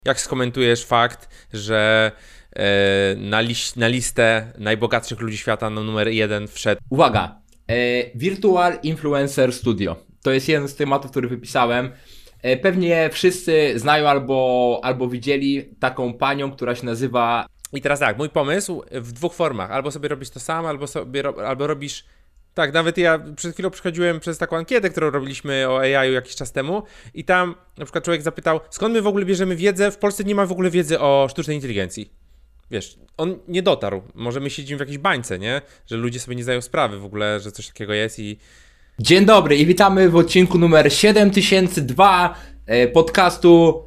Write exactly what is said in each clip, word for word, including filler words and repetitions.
Jak skomentujesz fakt, że e, na, liś, na listę najbogatszych ludzi świata na numer jeden wszedł? Uwaga, e, Virtual Influencer Studio. To jest jeden z tematów, który wypisałem. E, pewnie wszyscy znają albo, albo widzieli taką panią, która się nazywa... I teraz tak, mój pomysł w dwóch formach. Albo sobie robisz to sam, albo sobie ro, albo robisz... Tak, nawet ja przed chwilą przechodziłem przez taką ankietę, którą robiliśmy o A I jakiś czas temu i tam na przykład człowiek zapytał, skąd my w ogóle bierzemy wiedzę? W Polsce nie ma w ogóle wiedzy o sztucznej inteligencji. Wiesz, on nie dotarł. Może my siedzimy w jakiejś bańce, nie? Że ludzie sobie nie zdają sprawy w ogóle, że coś takiego jest i... Dzień dobry i witamy w odcinku numer siedem tysięcy dwa e, podcastu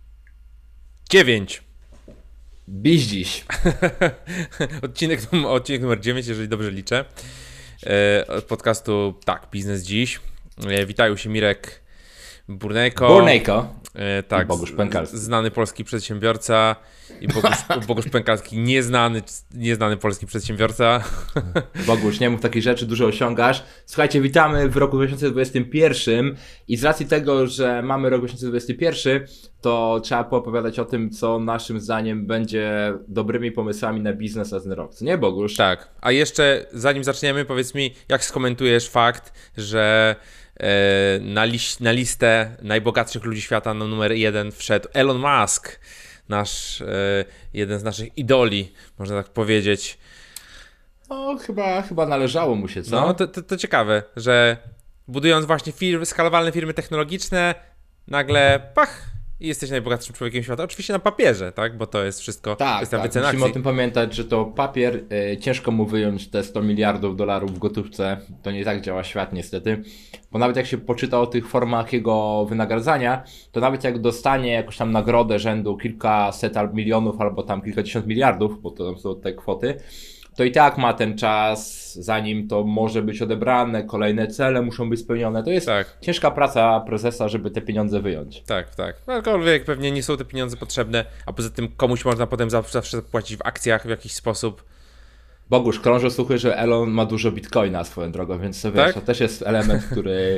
dziewięć. Bizdziś. odcinek, odcinek numer dziewięć, jeżeli dobrze liczę. E, podcastu, tak, Biznes Dziś. E, witają się Mirek Burnejko. Burnejko. E, tak, I Bogusz Pękalski. Znany polski przedsiębiorca i Bogusz, Bogusz Pękalski, nieznany, nieznany polski przedsiębiorca. Bogusz, nie mów takich rzeczy, dużo osiągasz. Słuchajcie, witamy w roku dwa tysiące dwudziestym pierwszym i z racji tego, że mamy rok dwa tysiące dwudziesty pierwszy, to trzeba poopowiadać o tym, co naszym zdaniem będzie dobrymi pomysłami na biznes na ten rok. Co nie, Bogusz? Tak, a jeszcze zanim zaczniemy, powiedz mi, jak skomentujesz fakt, że e, na, liś, na listę najbogatszych ludzi świata na numer jeden wszedł Elon Musk, nasz, e, jeden z naszych idoli, można tak powiedzieć. No, chyba, chyba należało mu się, co? No, to, to, to ciekawe, że budując właśnie firmy, skalowalne firmy technologiczne, nagle pach, i jesteś najbogatszym człowiekiem świata. Oczywiście na papierze, tak? Bo to jest wszystko Tak, kwestia tak. wycen Musimy akcji. o tym pamiętać, że to papier, y, ciężko mu wyjąć te sto miliardów dolarów w gotówce. To nie tak działa świat niestety. Bo nawet jak się poczyta o tych formach jego wynagradzania, to nawet jak dostanie jakąś tam nagrodę rzędu kilkaset milionów albo tam kilkadziesiąt miliardów, bo to są te kwoty, to i tak ma ten czas, zanim to może być odebrane, kolejne cele muszą być spełnione. To jest Tak. ciężka praca prezesa, żeby te pieniądze wyjąć. Tak, tak. Aczkolwiek pewnie nie są te pieniądze potrzebne, a poza tym komuś można potem zawsze, zawsze zapłacić w akcjach w jakiś sposób. Bogusz, krążę słuchy, że Elon ma dużo bitcoina swoją drogą, więc to, wiesz, Tak? to też jest element, który...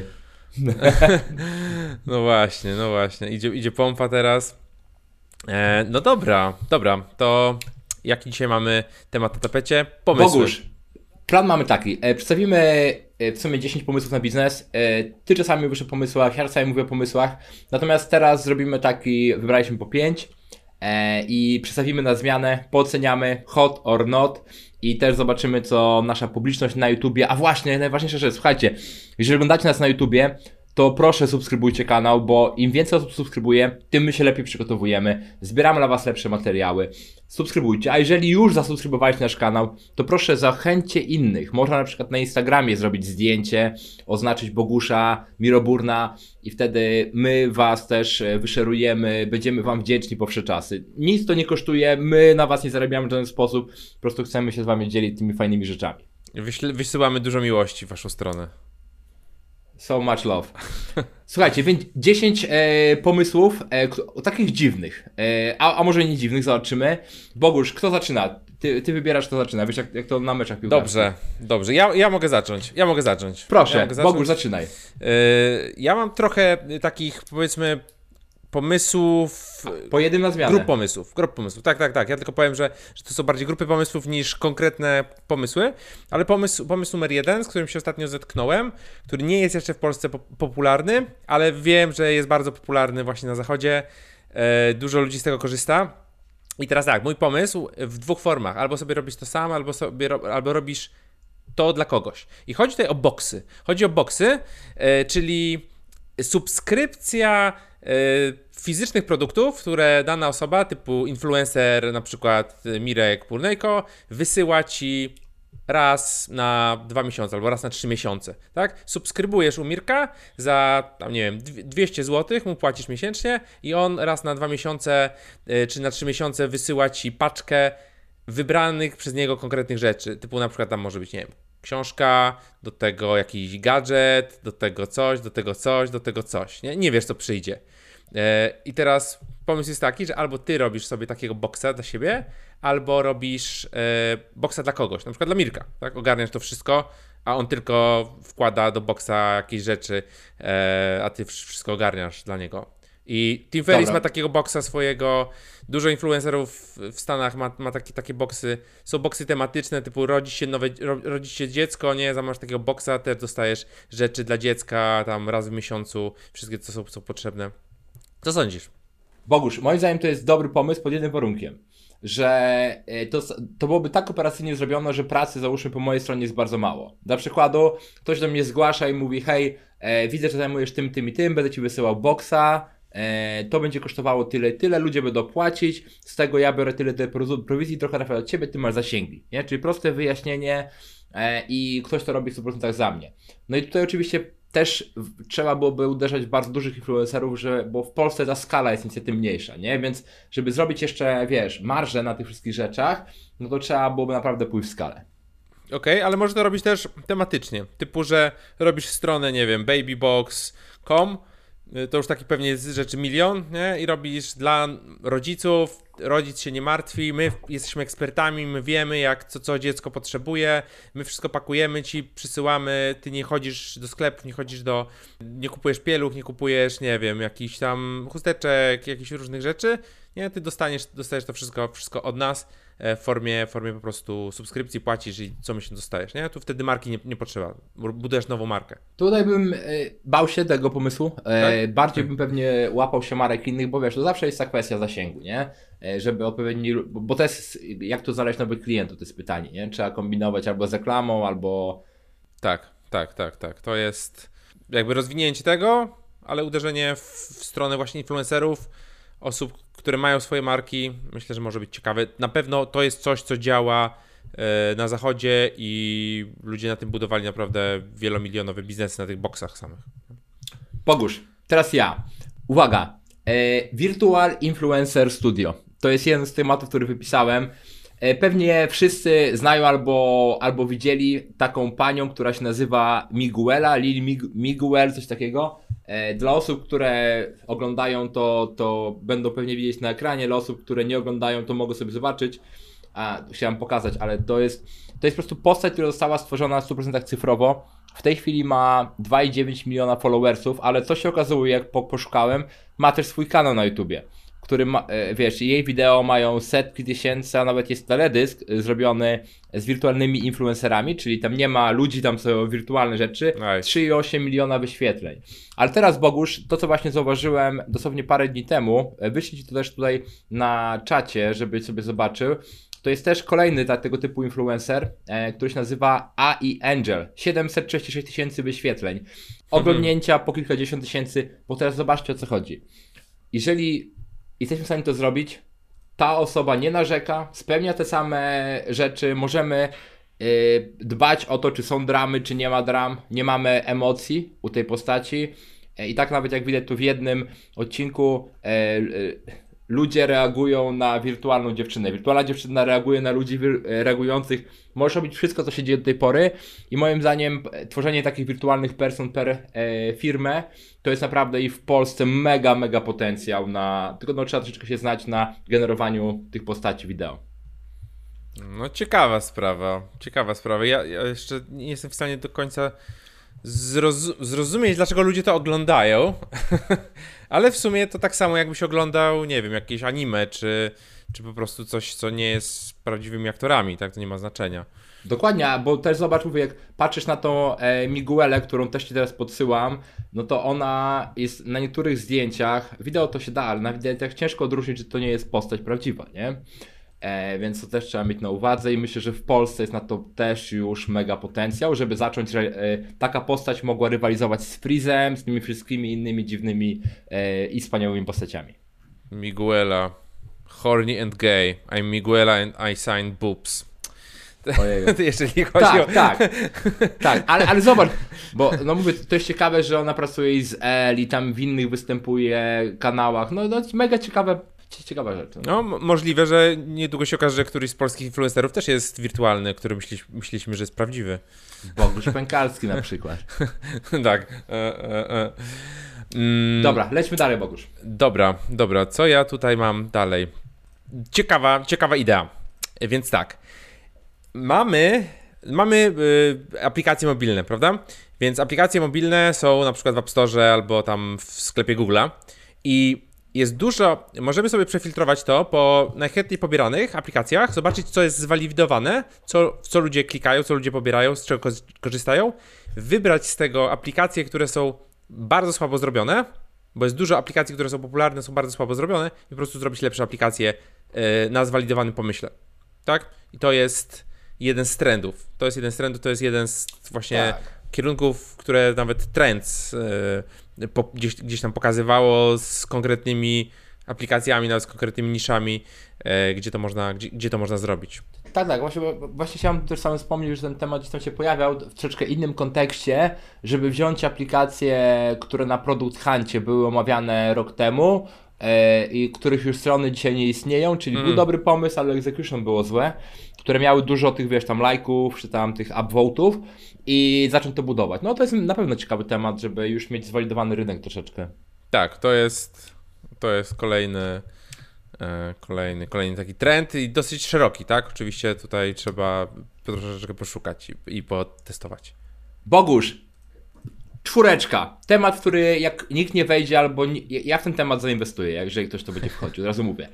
No właśnie, no właśnie. Idzie, idzie pompa teraz. E, no dobra, dobra. To jaki dzisiaj mamy temat na tapecie? Pomysły. Bogusz, plan mamy taki. E, przedstawimy e, w sumie dziesięć pomysłów na biznes. E, ty czasami mówisz o pomysłach, ja czasami mówię o pomysłach. Natomiast teraz zrobimy taki, wybraliśmy po pięć e, i przedstawimy na zmianę, pooceniamy hot or not i też zobaczymy, co nasza publiczność na YouTubie. A właśnie, najważniejsza rzecz, słuchajcie, jeżeli oglądacie nas na YouTubie, to proszę subskrybujcie kanał, bo im więcej osób subskrybuje, tym my się lepiej przygotowujemy, zbieramy dla was lepsze materiały. Subskrybujcie, a jeżeli już zasubskrybowaliście nasz kanał, to proszę zachęćcie innych. Można na przykład na Instagramie zrobić zdjęcie, oznaczyć Bogusza, Miroburna i wtedy my was też wyszerujemy, będziemy wam wdzięczni po wsze czasy. Nic to nie kosztuje, my na was nie zarabiamy w żaden sposób, po prostu chcemy się z wami dzielić tymi fajnymi rzeczami. Wyśle, wysyłamy dużo miłości w waszą stronę. So much love. Słuchajcie, więc dziesięć e, pomysłów e, k- takich dziwnych, e, a, a może nie dziwnych, zobaczymy. Bogusz, kto zaczyna? Ty, ty wybierasz, kto zaczyna. Wiesz, jak, jak to na meczach piłkarskich. Dobrze, dobrze. Ja, ja mogę zacząć. Ja mogę zacząć. Proszę, ja mogę zacząć. Bogusz, zaczynaj. Yy, ja mam trochę takich, powiedzmy, pomysłów. Po jednym na zmianę. Grup pomysłów, grup pomysłów. Tak, tak, tak. Ja tylko powiem, że, że to są bardziej grupy pomysłów niż konkretne pomysły, ale pomysł, pomysł numer jeden, z którym się ostatnio zetknąłem, który nie jest jeszcze w Polsce po- popularny, ale wiem, że jest bardzo popularny właśnie na zachodzie. E, dużo ludzi z tego korzysta. I teraz tak, mój pomysł w dwóch formach. Albo sobie robisz to sam, albo, sobie, ro- albo robisz to dla kogoś. I chodzi tutaj o boksy. Chodzi o boksy, e, czyli subskrypcja e, fizycznych produktów, które dana osoba, typu influencer, na przykład Mirek Burnejko, wysyła ci raz na dwa miesiące albo raz na trzy miesiące, tak? Subskrybujesz u Mirka za, tam nie wiem, dwieście złotych, mu płacisz miesięcznie i on raz na dwa miesiące y, czy na trzy miesiące wysyła ci paczkę wybranych przez niego konkretnych rzeczy, typu na przykład tam może być, nie wiem, książka, do tego jakiś gadżet, do tego coś, do tego coś, do tego coś, nie? Nie wiesz, co przyjdzie. I teraz pomysł jest taki, że albo ty robisz sobie takiego boksa dla siebie, albo robisz boksa dla kogoś, na przykład dla Mirka, tak? Ogarniasz to wszystko, a on tylko wkłada do boksa jakieś rzeczy, a ty wszystko ogarniasz dla niego. I Tim Ferriss Dobra. ma takiego boksa swojego, dużo influencerów w Stanach ma, ma takie, takie boksy, są boksy tematyczne, typu rodzi się nowe, ro, rodzi się dziecko, nie, zamasz takiego boksa, też dostajesz rzeczy dla dziecka, tam raz w miesiącu, wszystkie co są, są potrzebne. Co sądzisz? Bogusz, moim zdaniem to jest dobry pomysł pod jednym warunkiem, że to, to byłoby tak operacyjnie zrobione, że pracy załóżmy po mojej stronie jest bardzo mało. Dla przykładu ktoś do mnie zgłasza i mówi, hej, e, widzę, że zajmujesz tym, tym i tym, będę Ci wysyłał boksa, e, to będzie kosztowało tyle i tyle, ludzie będą płacić, z tego ja biorę tyle, tyle prowizji, trochę trafia od Ciebie, Ty masz zasięgi, nie? Czyli proste wyjaśnienie e, i ktoś to robi w stu procentach za mnie. No i tutaj oczywiście też trzeba byłoby uderzać w bardzo dużych influencerów, że, bo w Polsce ta skala jest niestety mniejsza, nie? Więc żeby zrobić jeszcze, wiesz, marżę na tych wszystkich rzeczach, no to trzeba byłoby naprawdę pójść w skalę. Okej, okay, ale może to robić też tematycznie, typu, że robisz stronę, nie wiem, babybox kropka com, to już taki pewnie jest rzeczy milion, nie? I robisz dla rodziców, rodzic się nie martwi, my jesteśmy ekspertami, my wiemy jak, co, co dziecko potrzebuje, my wszystko pakujemy ci, przysyłamy, ty nie chodzisz do sklepów, nie chodzisz do, nie kupujesz pieluch, nie kupujesz, nie wiem, jakichś tam chusteczek, jakichś różnych rzeczy, nie? Ty dostaniesz, dostajesz to wszystko, wszystko od nas w formie, w formie po prostu subskrypcji, płacisz i co miesiąc dostajesz, nie? Tu wtedy marki nie, nie potrzeba, budujesz nową markę. Tutaj bym e, bał się tego pomysłu, e, tak? Bardziej bym pewnie łapał się marek innych, bo wiesz, to zawsze jest ta kwestia zasięgu, nie? E, żeby odpowiedni, bo, bo to jest, jak to znaleźć nowych klientów, to jest pytanie, nie? Trzeba kombinować albo z reklamą, albo... Tak, tak, tak, tak, to jest jakby rozwinięcie tego, ale uderzenie w, w stronę właśnie influencerów, osób, które mają swoje marki, myślę, że może być ciekawe. Na pewno to jest coś, co działa e, na zachodzie i ludzie na tym budowali naprawdę wielomilionowe biznesy na tych boksach samych. Bogusz, teraz ja. Uwaga, e, Virtual Influencer Studio. To jest jeden z tematów, który wypisałem. E, pewnie wszyscy znają albo, albo widzieli taką panią, która się nazywa Miguela, Lil Mig Miguel, coś takiego. Dla osób, które oglądają to, to będą pewnie widzieć na ekranie, dla osób, które nie oglądają, to mogą sobie zobaczyć. A, chciałem pokazać, ale to jest, to jest po prostu postać, która została stworzona w stu procentach cyfrowo. W tej chwili ma dwa i dziewięć miliona followersów, ale co się okazuje, jak po, poszukałem, ma też swój kanał na YouTubie, który ma, wiesz, jej wideo mają setki tysięcy, a nawet jest teledysk zrobiony z wirtualnymi influencerami, czyli tam nie ma ludzi, tam są wirtualne rzeczy, Nice. trzy i osiem miliona wyświetleń. Ale teraz, Bogusz, to co właśnie zauważyłem dosłownie parę dni temu, wyślij ci to też tutaj na czacie, żebyś sobie zobaczył, to jest też kolejny ta, tego typu influencer, e, który się nazywa A I Angel. siedemset trzydzieści sześć tysięcy wyświetleń. Oglądnięcia po kilkadziesiąt tysięcy, bo teraz zobaczcie, o co chodzi. Jeżeli jesteśmy w stanie to zrobić, ta osoba nie narzeka, spełnia te same rzeczy, możemy yy, dbać o to, czy są dramy, czy nie ma dram, nie mamy emocji u tej postaci yy, i tak nawet jak widać tu w jednym odcinku yy, yy, ludzie reagują na wirtualną dziewczynę, wirtualna dziewczyna reaguje na ludzi reagujących, możesz robić wszystko, co się dzieje do tej pory i moim zdaniem tworzenie takich wirtualnych person per e, firmę to jest naprawdę i w Polsce mega, mega potencjał na, tylko no, trzeba troszeczkę się znać na generowaniu tych postaci wideo. No ciekawa sprawa, ciekawa sprawa. Ja, ja jeszcze nie jestem w stanie do końca zrozum zrozumieć, dlaczego ludzie to oglądają, ale w sumie to tak samo jakbyś oglądał, nie wiem, jakieś anime, czy, czy po prostu coś, co nie jest prawdziwymi aktorami, tak? To nie ma znaczenia. Dokładnie, bo też zobacz, mówię, jak patrzysz na tą e, Miguelę, którą też Ci teraz podsyłam, no to ona jest na niektórych zdjęciach, wideo to się da, ale na zdjęciach ciężko odróżnić, że to nie jest postać prawdziwa, nie? E, więc to też trzeba mieć na uwadze i myślę, że w Polsce jest na to też już mega potencjał, żeby zacząć, e, taka postać mogła rywalizować z Freezem, z tymi wszystkimi innymi dziwnymi e, i wspaniałymi postaciami. Miguela, horny and gay, I'm Miguela and I sign boobs. Jeżeli chodzi tak, o... tak, tak, ale, ale zobacz, bo no mówię, to jest ciekawe, że ona pracuje z Elle i tam w innych występuje kanałach, no, no mega ciekawe. Ciekawa rzecz. No, możliwe, że niedługo się okaże, że któryś z polskich influencerów też jest wirtualny, który myśliśmy, myśleliśmy, że jest prawdziwy. Bogusz Pękalski na przykład. tak. E, e, e. Mm, dobra, lećmy dalej, Bogusz. Dobra, dobra. Co ja tutaj mam dalej? Ciekawa, ciekawa idea. Więc tak. Mamy, mamy y, aplikacje mobilne, prawda? Więc aplikacje mobilne są na przykład w App Store albo tam w sklepie Google'a. I jest dużo, możemy sobie przefiltrować to po najchętniej pobieranych aplikacjach, zobaczyć, co jest zwalidowane, co, w co ludzie klikają, co ludzie pobierają, z czego korzystają, wybrać z tego aplikacje, które są bardzo słabo zrobione, bo jest dużo aplikacji, które są popularne, są bardzo słabo zrobione i po prostu zrobić lepsze aplikacje yy, na zwalidowanym pomyśle. Tak? I to jest jeden z trendów. To jest jeden z trendów, to jest jeden z właśnie tak. kierunków, które nawet Trends yy, po, gdzieś, gdzieś tam pokazywało z konkretnymi aplikacjami, nawet z konkretnymi niszami, yy, gdzie to można, gdzie, gdzie to można zrobić. Tak, tak, właśnie, właśnie chciałem też sam wspomnieć, że ten temat gdzieś tam się pojawiał w troszeczkę innym kontekście, żeby wziąć aplikacje, które na Product Huncie były omawiane rok temu yy, i których już strony dzisiaj nie istnieją, czyli mm. był dobry pomysł, ale execution było złe, które miały dużo tych, wiesz, tam lajków, czy tam tych upvotów i zacząć to budować. No to jest na pewno ciekawy temat, żeby już mieć zwalidowany rynek troszeczkę. Tak, to jest, to jest kolejny, e, kolejny, kolejny taki trend i dosyć szeroki, tak? Oczywiście tutaj trzeba troszeczkę poszukać i, i potestować. Bogusz, czwóreczka. Temat, w który jak nikt nie wejdzie albo nie, ja w ten temat zainwestuję, jeżeli ktoś to będzie wchodził, od razu mówię.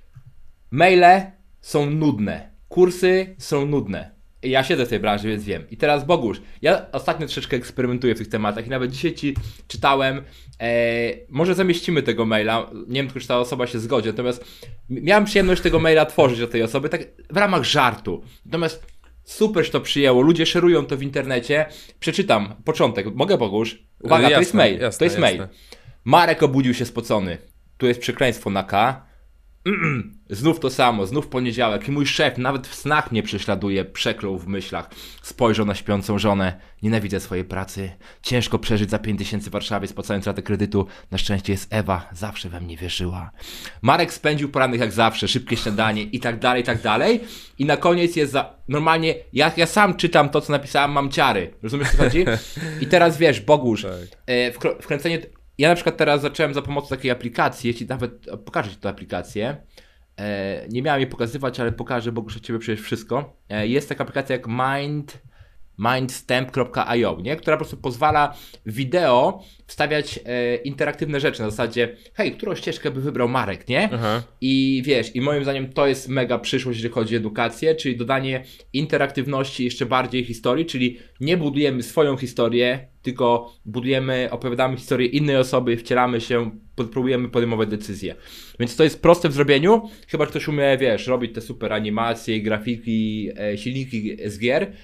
Maile są nudne. Kursy są nudne. Ja siedzę w tej branży, więc wiem. I teraz Bogusz, ja ostatnio troszeczkę eksperymentuję w tych tematach i nawet dzisiaj ci czytałem, e, może zamieścimy tego maila, nie wiem tylko czy ta osoba się zgodzi, natomiast miałem przyjemność tego maila tworzyć do tej osoby, tak w ramach żartu. Natomiast super, że to przyjęło, ludzie szerują to w internecie. Przeczytam początek, mogę Bogusz? Uwaga, jasne, to jest mail, jasne, to jest jasne. mail. Marek obudził się spocony. Tu jest przekleństwo na K. Mm-mm. Znów to samo, znów poniedziałek i mój szef nawet w snach mnie prześladuje, przeklął w myślach. Spojrzał na śpiącą żonę. Nienawidzę swojej pracy. Ciężko przeżyć za pięć tysięcy w Warszawie, spłacając ratę kredytu. Na szczęście jest Ewa, zawsze we mnie wierzyła. Marek spędził poranek jak zawsze, szybkie śniadanie i tak dalej, i tak dalej. I na koniec jest za... Normalnie, ja, ja sam czytam to, co napisałem, mam ciary. Rozumiesz, co chodzi? I teraz wiesz, Bogusz, tak. e, wkr- wkręcenie... Ja na przykład teraz zacząłem za pomocą takiej aplikacji, jeśli nawet pokażę Ci tę aplikację, e, nie miałem jej pokazywać, ale pokażę, bo muszę Ciebie przejść wszystko. E, jest taka aplikacja jak Mind, mindstamp kropka io, nie? Która po prostu pozwala wideo wstawiać e, interaktywne rzeczy na zasadzie, hej, którą ścieżkę by wybrał Marek, nie? Aha. I wiesz, i moim zdaniem to jest mega przyszłość, jeżeli chodzi o edukację, czyli dodanie interaktywności jeszcze bardziej historii, czyli nie budujemy swoją historię, tylko budujemy, opowiadamy historię innej osoby, wcielamy się, próbujemy podejmować decyzje. Więc to jest proste w zrobieniu, chyba że ktoś umie, wiesz, robić te super animacje, grafiki, e, silniki z gier.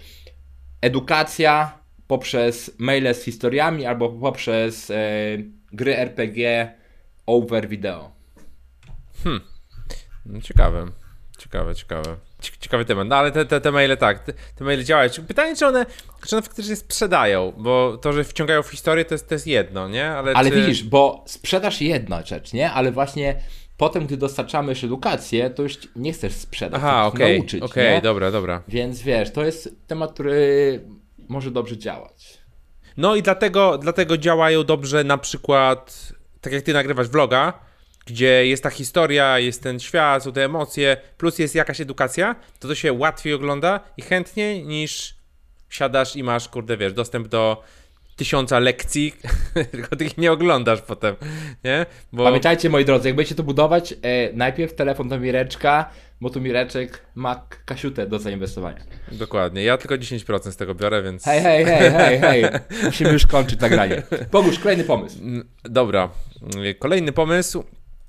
Edukacja poprzez maile z historiami albo poprzez e, gry er pe gie over wideo. Hmm, ciekawe, ciekawe, ciekawe. Ciekawy temat, no ale te, te, te maile tak, te, te maile działają. Pytanie, czy one, czy one faktycznie sprzedają, bo to, że wciągają w historię, to jest, to jest jedno, nie? Ale, ale czy... widzisz, bo sprzedaż jedna rzecz, nie? Ale właśnie potem, gdy dostarczamy już edukację, to już nie chcesz sprzedać, Aha, chcesz okay, nauczyć, okej, okay, dobra, dobra. Więc wiesz, to jest temat, który może dobrze działać. No i dlatego, dlatego działają dobrze na przykład, tak jak ty nagrywasz vloga, gdzie jest ta historia, jest ten świat, są te emocje, plus jest jakaś edukacja, to to się łatwiej ogląda i chętniej niż siadasz i masz, kurde, wiesz, dostęp do tysiąca lekcji, tylko ty ich nie oglądasz potem, nie? Bo... Pamiętajcie, moi drodzy, jak będziecie to budować, e, najpierw telefon do Mireczka, bo tu Mireczek ma kasiutę do zainwestowania. Dokładnie, ja tylko dziesięć procent z tego biorę, więc... Hej, hej, hej, hej, hej, musimy już kończyć nagranie. Bogusz, kolejny pomysł. Dobra, kolejny pomysł,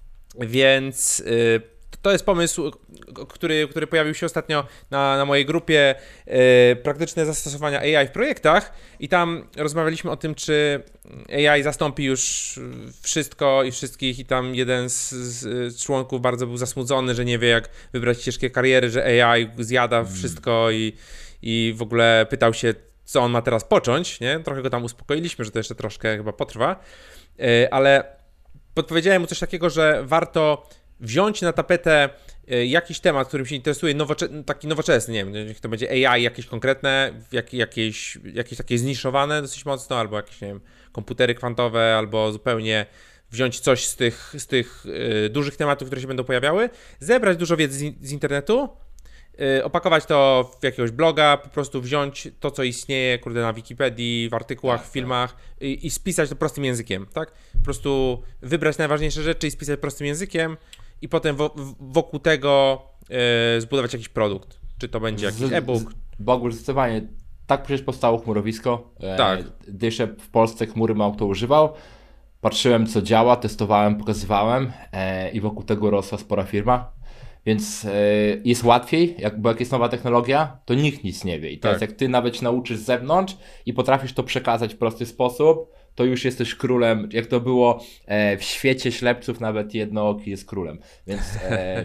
więc... Yy... To jest pomysł, który, który pojawił się ostatnio na, na mojej grupie, yy, praktyczne zastosowania A I w projektach i tam rozmawialiśmy o tym, czy A I zastąpi już wszystko i wszystkich i tam jeden z, z członków bardzo był zasmudzony, że nie wie jak wybrać ścieżkę kariery, że A I zjada wszystko i, i w ogóle pytał się, co on ma teraz począć, nie? Trochę go tam uspokoiliśmy, że to jeszcze troszkę chyba potrwa, yy, ale podpowiedziałem mu coś takiego, że warto wziąć na tapetę jakiś temat, którym się interesuje, nowocze- taki nowoczesny, nie wiem, niech to będzie A I jakieś konkretne, jak, jakieś, jakieś takie zniszowane dosyć mocno, albo jakieś, nie wiem, komputery kwantowe, albo zupełnie wziąć coś z tych, z tych yy, dużych tematów, które się będą pojawiały, zebrać dużo wiedzy z, z internetu, y, opakować to w jakiegoś bloga, po prostu wziąć to, co istnieje, kurde, na Wikipedii, w artykułach, Tak, w filmach i, i spisać to prostym językiem, tak? Po prostu wybrać najważniejsze rzeczy i spisać prostym językiem i potem wo, wokół tego y, zbudować jakiś produkt. Czy to będzie jakiś Z- e-book. z- Bogusz, zdecydowanie. Tak przecież powstało chmurowisko. E, Tak. Dysze w Polsce chmury mało kto używał. Patrzyłem, co działa, testowałem, pokazywałem e, i wokół tego rosła spora firma. Więc e, jest łatwiej, jak, bo jak jest nowa technologia, to nikt nic nie wie. I teraz Tak. jak ty nawet się nauczysz z zewnątrz i potrafisz to przekazać w prosty sposób, to już jesteś królem. Jak to było e, w świecie ślepców, nawet jednooki jest królem. Więc e,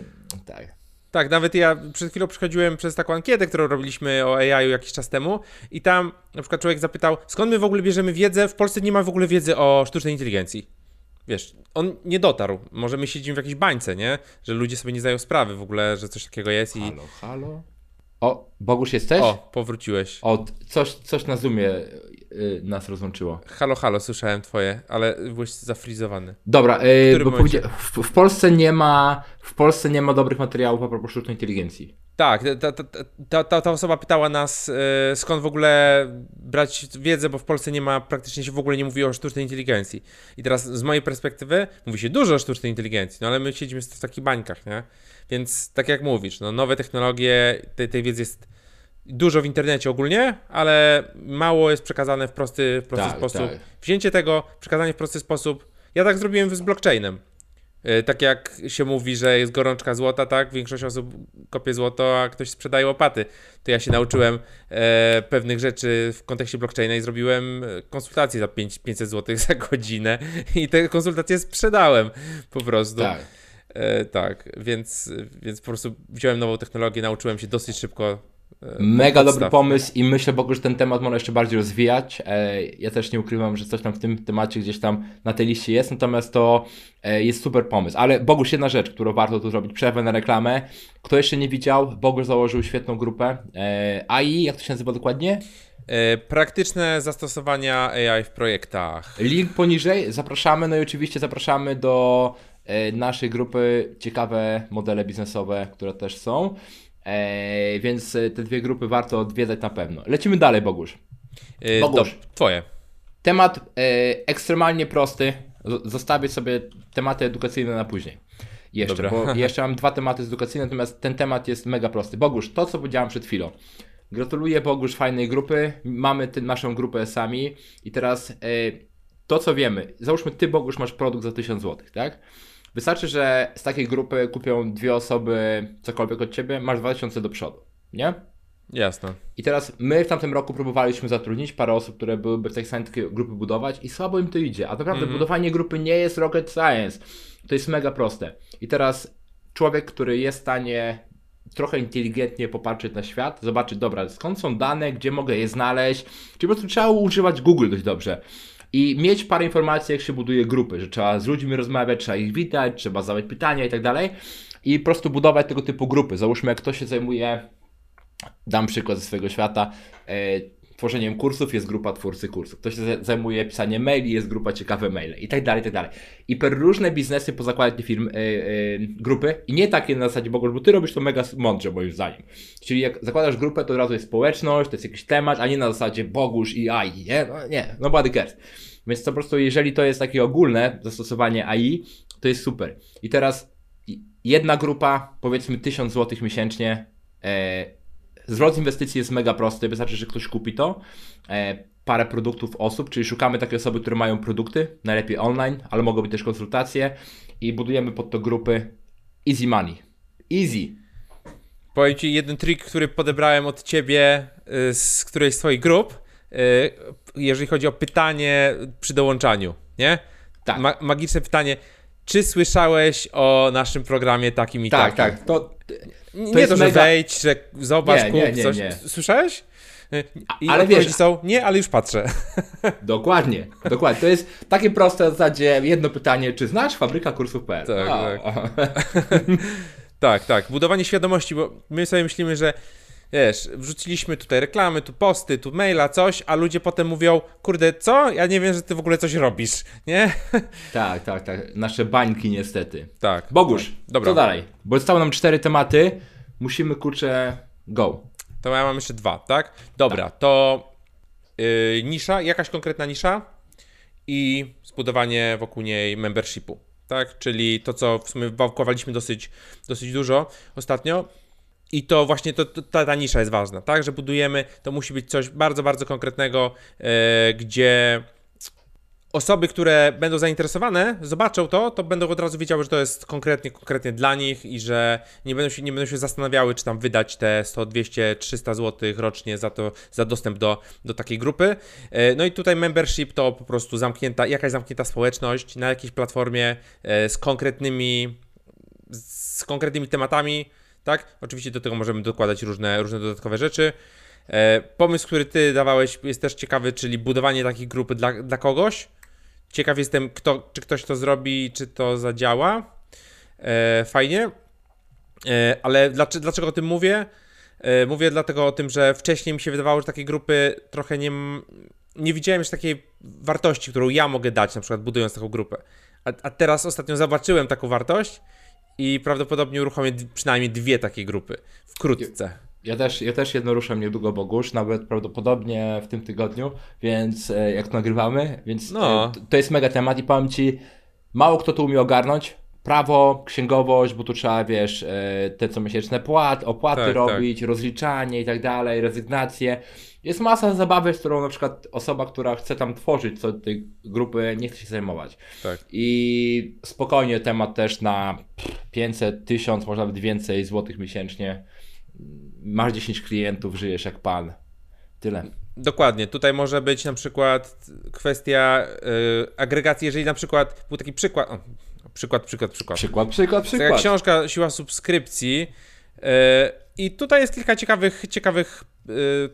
tak. Tak, nawet ja przed chwilą przechodziłem przez taką ankietę, którą robiliśmy o A I jakiś czas temu i tam na przykład człowiek zapytał, skąd my w ogóle bierzemy wiedzę? W Polsce nie ma w ogóle wiedzy o sztucznej inteligencji. Wiesz, on nie dotarł. Może my siedzimy w jakiejś bańce, nie? Że ludzie sobie nie zdają sprawy w ogóle, że coś takiego jest i... Halo, halo. O, Bogusz jesteś? O, powróciłeś. O, coś, coś na Zoomie y, nas rozłączyło. Halo, halo, słyszałem twoje, ale byłeś zafrizowany. Dobra, y, którym bo momencie? powiedzia- w, w Polsce nie ma w Polsce nie ma dobrych materiałów a propos sztucznej inteligencji. Tak, ta, ta, ta, ta, ta osoba pytała nas, e, skąd w ogóle brać wiedzę, bo w Polsce nie ma, praktycznie się w ogóle nie mówi o sztucznej inteligencji. I teraz z mojej perspektywy mówi się dużo o sztucznej inteligencji, no ale my siedzimy w takich bańkach, nie? Więc tak jak mówisz, no nowe technologie, tej, tej wiedzy jest dużo w internecie ogólnie, ale mało jest przekazane w prosty, w prosty Tak, sposób. tak. Wzięcie tego, przekazanie w prosty sposób. Ja tak zrobiłem z blockchainem. Yy, Tak jak się mówi, że jest gorączka złota, tak? Większość osób kopie złoto, a ktoś sprzedaje łopaty. To ja się nauczyłem e, pewnych rzeczy w kontekście blockchaina i zrobiłem e, konsultację za pięć pięćset złotych za godzinę i te konsultacje sprzedałem po prostu. Tak. E, tak, więc, więc po prostu wziąłem nową technologię, nauczyłem się dosyć szybko. e, Mega podstaw. dobry pomysł i myślę, Bogu, że ten temat można jeszcze bardziej rozwijać. E, Ja też nie ukrywam, że coś tam w tym temacie gdzieś tam na tej liście jest, natomiast to e, jest super pomysł. Ale Bogusz, jedna rzecz, którą warto tu zrobić, przerwę na reklamę. Kto jeszcze nie widział, Bogusz założył świetną grupę e, A I, jak to się nazywa dokładnie? E, Praktyczne zastosowania A I w projektach. Link poniżej, zapraszamy, no i oczywiście zapraszamy do e, naszej grupy ciekawe modele biznesowe, które też są. E, więc e, te dwie grupy warto odwiedzać na pewno. Lecimy dalej, Bogusz. E, Bogusz. dob- Twoje. Temat e, ekstremalnie prosty. Z- Zostawię sobie tematy edukacyjne na później. Jeszcze, Dobra. bo jeszcze mam dwa tematy edukacyjne, natomiast ten temat jest mega prosty. Bogusz, to co powiedziałem przed chwilą. Gratuluję, Bogusz, fajnej grupy. Mamy ty, naszą grupę sami i teraz e, to co wiemy. Załóżmy, ty, Bogusz, masz produkt za tysiąc złotych, tak? Wystarczy, że z takiej grupy kupią dwie osoby cokolwiek od ciebie, masz dwa tysiące do przodu, nie? Jasne. I teraz my w tamtym roku próbowaliśmy zatrudnić parę osób, które byłyby w tej stanie takie grupy budować i słabo im to idzie. A naprawdę Mhm. budowanie grupy nie jest rocket science. To jest mega proste. I teraz człowiek, który jest w stanie trochę inteligentnie popatrzeć na świat, zobaczyć, dobra, skąd są dane, gdzie mogę je znaleźć. Czyli po prostu trzeba używać Google dość dobrze. I mieć parę informacji, jak się buduje grupy, że trzeba z ludźmi rozmawiać, trzeba ich witać, trzeba zadawać pytania i tak dalej. I po prostu budować tego typu grupy. Załóżmy, jak ktoś się zajmuje, dam przykład ze swojego świata, e, tworzeniem kursów, jest grupa twórcy kursów. Ktoś się zajmuje pisaniem maili, jest grupa ciekawe maile i tak dalej, i tak dalej. I per różne biznesy pozakładać te firmy, e, e, grupy i nie takie na zasadzie, bo ty robisz to mega mądrze moim zdaniem. Czyli jak zakładasz grupę, to od razu jest społeczność, to jest jakiś temat, a nie na zasadzie Bogusz i A I, nie? No, nie, nobody cares. Więc to po prostu, jeżeli to jest takie ogólne zastosowanie A I, to jest super. I teraz jedna grupa, powiedzmy tysiąc złotych miesięcznie, e, zwrot inwestycji jest mega prosty, wystarczy, że ktoś kupi to, e, parę produktów osób, czyli szukamy takiej osoby, które mają produkty, najlepiej online, ale mogą być też konsultacje i budujemy pod to grupy easy money. Easy. Powiem Ci jeden trik, który podebrałem od Ciebie y, z którejś z Twoich grup, y, jeżeli chodzi o pytanie przy dołączaniu, nie? Tak. Ma- magiczne pytanie, czy słyszałeś o naszym programie takim i Tak, takim? tak. To, Nie to to, jest że mega- wejdź, że zobacz, Nie, kup nie, nie, coś. nie. Słyszałeś? Y, I ale odpowiedzi wiesz- są, nie, ale już patrzę. dokładnie, dokładnie. To jest takie proste w zasadzie jedno pytanie, czy znasz fabryka kursów kropka p l? Tak, O, tak. Tak, tak. Budowanie świadomości, bo my sobie myślimy, że wiesz, wrzuciliśmy tutaj reklamy, tu posty, tu maila, coś, a ludzie potem mówią, kurde, co? Ja nie wiem, że ty w ogóle coś robisz, nie? Tak, tak, tak. Nasze bańki niestety. Tak. Bogusz, Dobra. co dalej? Bo zostały nam cztery tematy. musimy, kurczę, go. To ja mam jeszcze dwa, tak? Dobra, tak. to yy, nisza, jakaś konkretna nisza i zbudowanie wokół niej membershipu, tak? Czyli to, co w sumie wałkowaliśmy dosyć, dosyć dużo ostatnio. I to właśnie to, to, ta, ta nisza jest ważna, tak? Że budujemy, to musi być coś bardzo, bardzo konkretnego, yy, gdzie osoby, które będą zainteresowane, zobaczą to, to będą od razu wiedziały, że to jest konkretnie, konkretnie dla nich i że nie będą się, nie będą się zastanawiały, czy tam wydać te sto, dwieście, trzysta złotych rocznie za to, za dostęp do, do takiej grupy. No i tutaj membership to po prostu zamknięta, jakaś zamknięta społeczność na jakiejś platformie z konkretnymi, z konkretnymi tematami, tak? Oczywiście do tego możemy dokładać różne, różne dodatkowe rzeczy. Pomysł, który ty dawałeś, jest też ciekawy, czyli budowanie takiej grupy dla, dla kogoś. Ciekaw jestem, kto, czy ktoś to zrobi, czy to zadziała. E, fajnie. E, ale dlaczego, dlaczego o tym mówię? E, mówię dlatego o tym, że wcześniej mi się wydawało, że takiej grupy trochę nie, nie widziałem już takiej wartości, którą ja mogę dać, na przykład budując taką grupę. A, a teraz ostatnio zobaczyłem taką wartość i prawdopodobnie uruchomię przynajmniej dwie takie grupy wkrótce. Ja też, ja też jedno ruszam niedługo, Bogusz, nawet prawdopodobnie w tym tygodniu, więc e, jak to nagrywamy, więc no. e, to, to jest mega temat i powiem Ci, mało kto tu umie ogarnąć, prawo, księgowość, bo tu trzeba, wiesz, e, te co miesięczne płat, opłaty tak, robić, tak. rozliczanie i tak dalej, rezygnacje. Jest masa zabawy, z którą na przykład osoba, która chce tam tworzyć co do tej grupy, nie chce się zajmować. Tak. I spokojnie temat też na pięćset, tysiąc, może nawet więcej złotych miesięcznie. Masz dziesięć klientów, żyjesz jak pan. Tyle. Dokładnie. Tutaj może być na przykład kwestia yy, agregacji, jeżeli na przykład był taki przykład, o, przykład, przykład, przykład. Przykład, przykład, przykład. Taka książka Siła subskrypcji yy, i tutaj jest kilka ciekawych, ciekawych yy,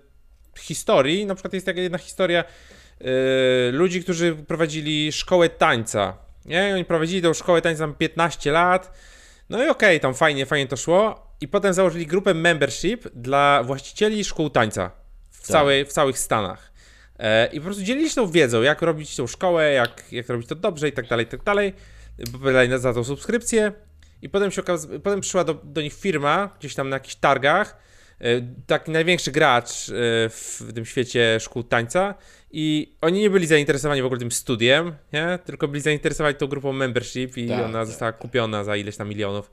historii. Na przykład jest taka jedna historia yy, ludzi, którzy prowadzili szkołę tańca. Nie? I oni prowadzili tą szkołę tańca tam piętnaście lat. No i okej, okay, tam fajnie, fajnie to szło. I potem założyli grupę membership dla właścicieli szkół tańca w, tak. całej, w całych Stanach. E, I po prostu dzielili się tą wiedzą, jak robić tą szkołę, jak, jak robić to dobrze i tak dalej, i tak dalej. Pobierali za tą subskrypcję. I potem się okaz... potem przyszła do, do nich firma, gdzieś tam na jakichś targach, e, taki największy gracz e, w tym świecie szkół tańca. I oni nie byli zainteresowani w ogóle tym studiem, nie? Tylko byli zainteresowani tą grupą membership i tak, ona tak, została tak. kupiona za ileś tam milionów.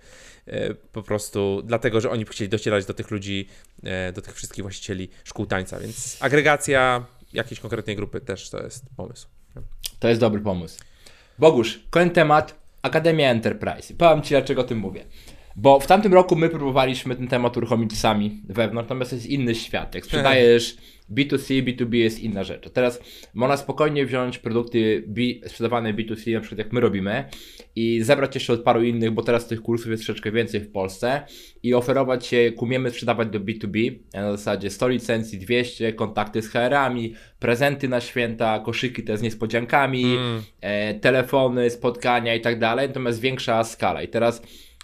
Po prostu dlatego, że oni chcieli docierać do tych ludzi, do tych wszystkich właścicieli szkół tańca, więc agregacja jakiejś konkretnej grupy też to jest pomysł. To jest dobry pomysł. Bogusz, kolejny temat, Akademia Enterprise. Powiem Ci, dlaczego o tym mówię. Bo w tamtym roku my próbowaliśmy ten temat uruchomić sami wewnątrz, natomiast to jest inny świat. Jak sprzedajesz B dwa C, B dwa B jest inna rzecz. Teraz można spokojnie wziąć produkty B, sprzedawane B dwa C, na przykład jak my robimy, i zebrać jeszcze od paru innych, bo teraz tych kursów jest troszeczkę więcej w Polsce, i oferować się, jak umiemy sprzedawać do B dwa B, na zasadzie sto licencji, dwieście, kontakty z H R-ami, prezenty na święta, koszyki te z niespodziankami, mm. e, telefony, spotkania i tak dalej, natomiast większa skala. I teraz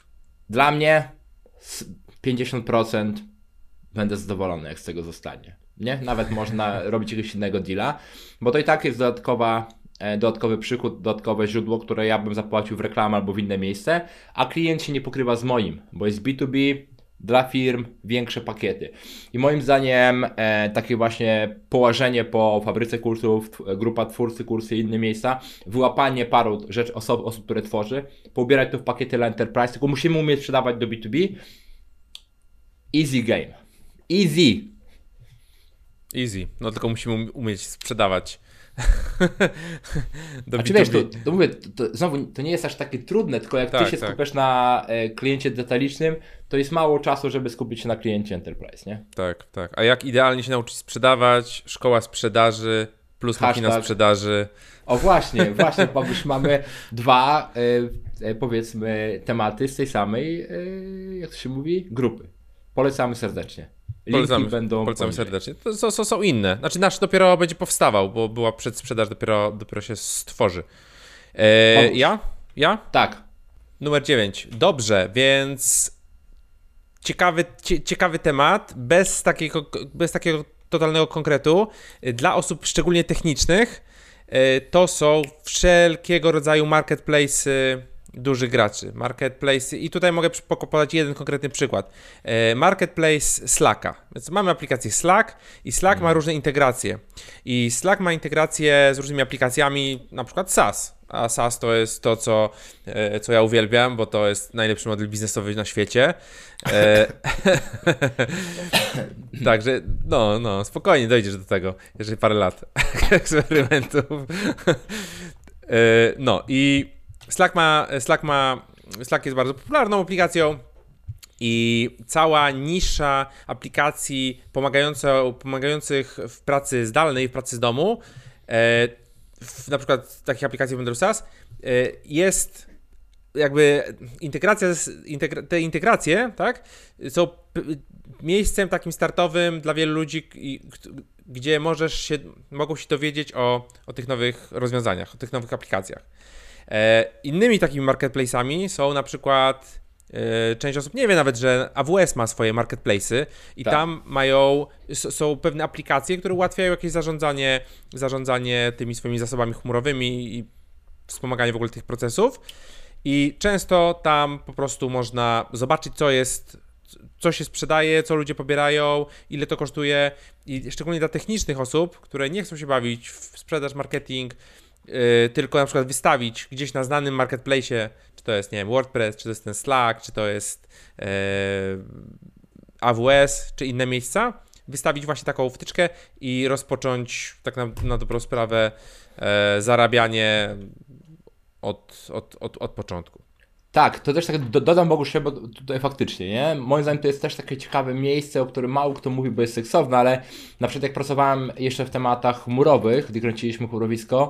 dla mnie pięćdziesiąt procent będę zadowolony, jak z tego zostanie. Nie? Nawet można robić jakiegoś innego deala, bo to i tak jest dodatkowa, e, dodatkowy przychód, dodatkowe źródło, które ja bym zapłacił w reklamę albo w inne miejsce, a klient się nie pokrywa z moim, bo jest B dwa B, dla firm większe pakiety. I moim zdaniem e, takie właśnie połażenie po fabryce kursów, grupa twórcy kursy i inne miejsca, wyłapanie paru rzeczy, osób, osób, które tworzy, poubierać to w pakiety dla Enterprise, tylko musimy umieć sprzedawać do B dwa B. Easy game. Easy. Easy. No tylko musimy umieć sprzedawać. do A czy wiesz, to, to mówię, to, to, znowu to nie jest aż takie trudne, tylko jak tak, ty się tak. skupiasz na e, kliencie detalicznym, to jest mało czasu, żeby skupić się na kliencie Enterprise, nie? Tak, tak. A jak idealnie się nauczyć sprzedawać? Szkoła sprzedaży plus machina sprzedaży. O właśnie, właśnie, bo już mamy dwa, e, e, powiedzmy, tematy z tej samej, e, jak to się mówi, grupy. Polecamy serdecznie. Linki polecamy, będą polecamy serdecznie. To są, są, są inne. Znaczy nasz dopiero będzie powstawał, bo była przedsprzedaż, dopiero, dopiero się stworzy. E, ja? Ja? Tak. Numer dziewięć. Dobrze, więc ciekawy, cie, ciekawy temat, bez takiego, bez takiego totalnego konkretu. Dla osób szczególnie technicznych to są wszelkiego rodzaju marketplace'y dużych graczy. Marketplace i tutaj mogę podać jeden konkretny przykład. Marketplace Slacka. Więc mamy aplikację Slack i Slack ma różne integracje. I Slack ma integracje z różnymi aplikacjami, na przykład SaaS. A SaaS to jest to, co, co ja uwielbiam, bo to jest najlepszy model biznesowy na świecie. Także, no, no, spokojnie dojdziesz do tego, jeżeli parę lat eksperymentów. No i Slack ma, Slack ma, Slack jest bardzo popularną aplikacją i cała nisza aplikacji pomagających w pracy zdalnej, w pracy z domu, w, na przykład takich aplikacji modelu SaaS, jest jakby integracja, integra, te integracje, tak, są p- miejscem takim startowym dla wielu ludzi, gdzie możesz się, mogą się dowiedzieć o, o tych nowych rozwiązaniach, o tych nowych aplikacjach. E, innymi takimi marketplace'ami są na przykład, e, część osób nie wie nawet, że A W S ma swoje marketplace'y i tak. Tam mają, s- są pewne aplikacje, które ułatwiają jakieś zarządzanie, zarządzanie tymi swoimi zasobami chmurowymi i wspomaganie w ogóle tych procesów. I często tam po prostu można zobaczyć, co jest, co się sprzedaje, co ludzie pobierają, ile to kosztuje. I szczególnie dla technicznych osób, które nie chcą się bawić w sprzedaż, marketing, yy, tylko na przykład wystawić gdzieś na znanym marketplace'ie, czy to jest, nie wiem, WordPress, czy to jest ten Slack, czy to jest yy, A W S, czy inne miejsca, wystawić właśnie taką wtyczkę i rozpocząć tak na, na dobrą sprawę yy, zarabianie Od, od, od, od początku. Tak, to też tak do, dodam Bogu się, bo tutaj faktycznie, nie? Moim zdaniem to jest też takie ciekawe miejsce, o którym mało kto mówi, bo jest seksowne, ale na przykład jak pracowałem jeszcze w tematach chmurowych, gdy kręciliśmy chmurowisko,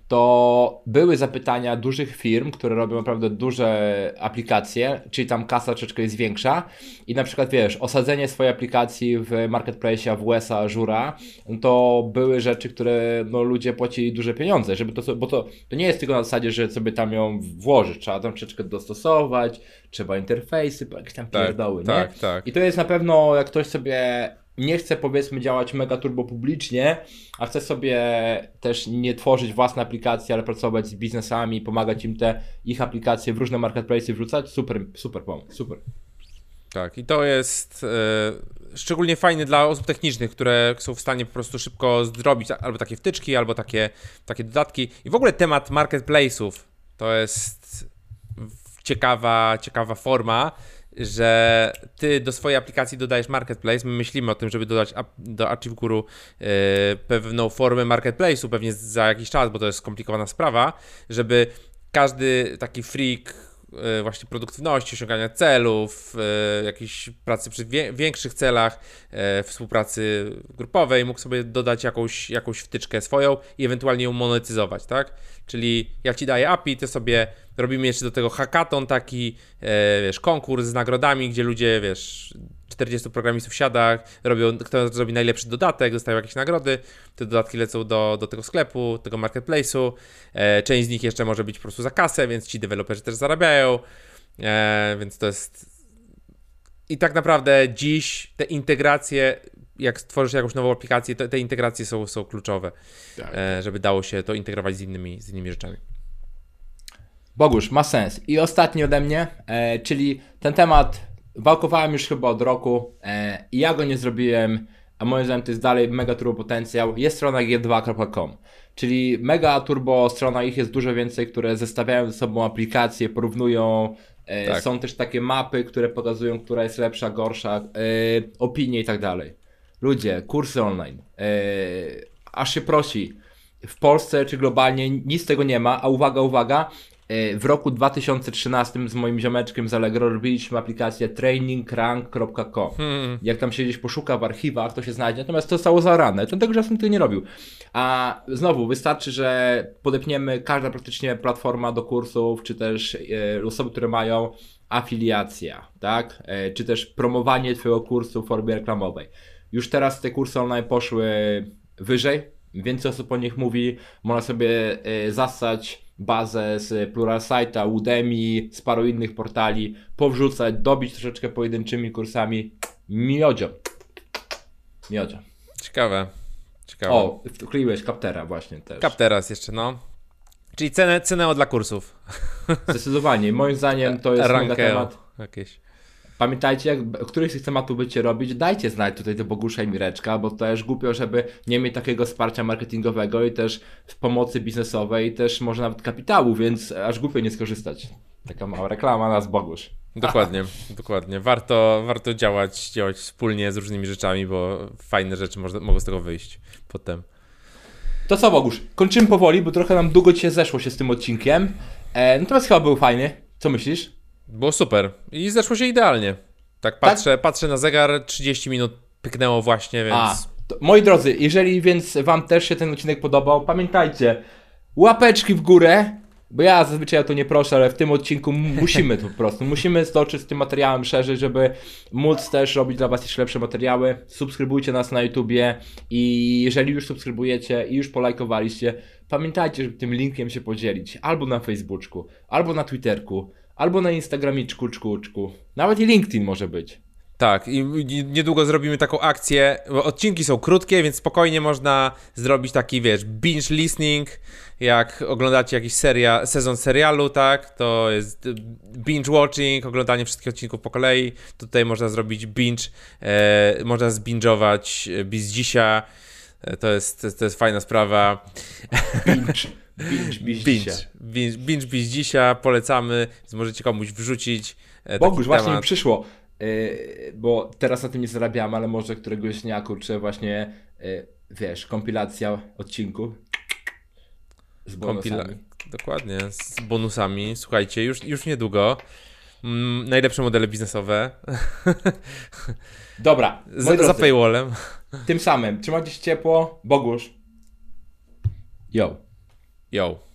to były zapytania dużych firm, które robią naprawdę duże aplikacje, czyli tam kasa troszeczkę jest większa i na przykład wiesz, osadzenie swojej aplikacji w marketplace A W S, Azure'a, to były rzeczy, które no, ludzie płacili duże pieniądze, żeby to, bo to, to nie jest tylko na zasadzie, że sobie tam ją włożyć, trzeba tam troszeczkę dostosować, trzeba interfejsy, jakieś tam tak, pierdoły, nie? Tak, tak. I to jest na pewno, jak ktoś sobie nie chce powiedzmy działać mega turbo publicznie, a chce sobie też nie tworzyć własnej aplikacji, ale pracować z biznesami, pomagać im te ich aplikacje w różne marketplace'y wrzucać, super, super pomysł, super. Tak, i to jest e, szczególnie fajne dla osób technicznych, które są w stanie po prostu szybko zrobić albo takie wtyczki, albo takie, takie dodatki. I w ogóle temat marketplace'ów to jest ciekawa, ciekawa forma, że ty do swojej aplikacji dodajesz marketplace. My myślimy o tym, żeby dodać do Achieve Guru yy, pewną formę marketplace'u, pewnie za jakiś czas, bo to jest skomplikowana sprawa, żeby każdy taki freak yy, właśnie produktywności, osiągania celów, yy, jakiejś pracy przy wie, większych celach, yy, współpracy grupowej mógł sobie dodać jakąś, jakąś wtyczkę swoją i ewentualnie ją monetyzować, tak? Czyli ja ci daję A P I, ty sobie robimy jeszcze do tego hackathon taki, e, wiesz, konkurs z nagrodami, gdzie ludzie, wiesz, czterdziestu programistów siada, robią, kto zrobi najlepszy dodatek, dostają jakieś nagrody, te dodatki lecą do, do tego sklepu, tego marketplace'u, e, część z nich jeszcze może być po prostu za kasę, więc ci deweloperzy też zarabiają, e, więc to jest... I tak naprawdę dziś te integracje, jak stworzysz jakąś nową aplikację, to te integracje są, są kluczowe, tak, e, żeby dało się to integrować z innymi, z innymi rzeczami. Bogusz, ma sens. I ostatni ode mnie, e, czyli ten temat wałkowałem już chyba od roku e, i ja go nie zrobiłem, a moim zdaniem to jest dalej mega turbo potencjał. Jest strona g dwa kropka com, czyli mega turbo strona, ich jest dużo więcej, które zestawiają ze sobą aplikacje, porównują, e, tak. Są też takie mapy, które pokazują, która jest lepsza, gorsza, e, opinie i tak dalej. Ludzie, kursy online, e, aż się prosi. W Polsce czy globalnie nic z tego nie ma, a uwaga, uwaga, w roku dwa tysiące trzynastym z moim ziomeczkiem z Allegro robiliśmy aplikację training rank kropka com. Hmm. Jak tam się gdzieś poszuka w archiwach, to się znajdzie, natomiast to zostało zarane. To tego czasem tego nie robił. A znowu, wystarczy, że podepniemy każda praktycznie platforma do kursów, czy też e, osoby, które mają afiliacja, tak? E, czy też promowanie twojego kursu w formie reklamowej. Już teraz te kursy online poszły wyżej, więcej osób o nich mówi, można sobie e, zassać bazę z Pluralsighta, Udemy, z paru innych portali, powrzucać, dobić troszeczkę pojedynczymi kursami. Miodzio. Miodzio. Ciekawe. Ciekawe. O, wkleiłeś Kaptera właśnie też. Kapteras jeszcze, no. Czyli cenę, cenę dla kursów. Zdecydowanie. Moim zdaniem to jest mega temat. Jakieś. Pamiętajcie, jak, których z tych tematów będziecie robić, dajcie znać tutaj do Bogusza i Mireczka, bo to też głupio, żeby nie mieć takiego wsparcia marketingowego i też pomocy biznesowej, i też może nawet kapitału, więc aż głupio nie skorzystać. Taka mała reklama nas Bogusz. Dokładnie, dokładnie. Warto, warto działać, działać wspólnie z różnymi rzeczami, bo fajne rzeczy można, mogą z tego wyjść potem. To co, Bogusz, kończymy powoli, bo trochę nam długo dzisiaj zeszło się z tym odcinkiem. E, natomiast chyba był fajny. Co myślisz? Było super i zeszło się idealnie. Tak patrzę, tak? patrzę na zegar, trzydzieści minut pyknęło właśnie, więc... A, to, moi drodzy, jeżeli więc wam też się ten odcinek podobał, pamiętajcie, łapeczki w górę, bo ja zazwyczaj o to nie proszę, ale w tym odcinku musimy to po prostu, musimy stoczyć z tym materiałem szerzej, żeby móc też robić dla was jeszcze lepsze materiały. Subskrybujcie nas na YouTubie i jeżeli już subskrybujecie i już polajkowaliście, pamiętajcie, żeby tym linkiem się podzielić, albo na Facebooku, albo na Twitterku, albo na Instagramiczku, czku, czku. Nawet i LinkedIn może być. Tak, i niedługo zrobimy taką akcję, bo odcinki są krótkie, więc spokojnie można zrobić taki, wiesz, binge listening, jak oglądacie jakiś seria, sezon serialu, tak, to jest binge watching, oglądanie wszystkich odcinków po kolei, tutaj można zrobić binge, e, można zbinge'ować Biz dzisiaj, e, to jest, to jest fajna sprawa. Binge. Binge, binge, binge, binge, binge Biz dzisiaj, polecamy, więc możecie komuś wrzucić e, Boguś, właśnie temat. mi przyszło. Yy, bo teraz na tym nie zarabiamy, ale może któregoś dnia, kurczę, właśnie, yy, wiesz, kompilacja odcinku z bonusami. Kompila- dokładnie, z bonusami. Słuchajcie, już, już niedługo. Mm, najlepsze modele biznesowe. Dobra, za, za paywallem. Tym samym, trzymajcie się ciepło. Bogusz. Yo. Yo.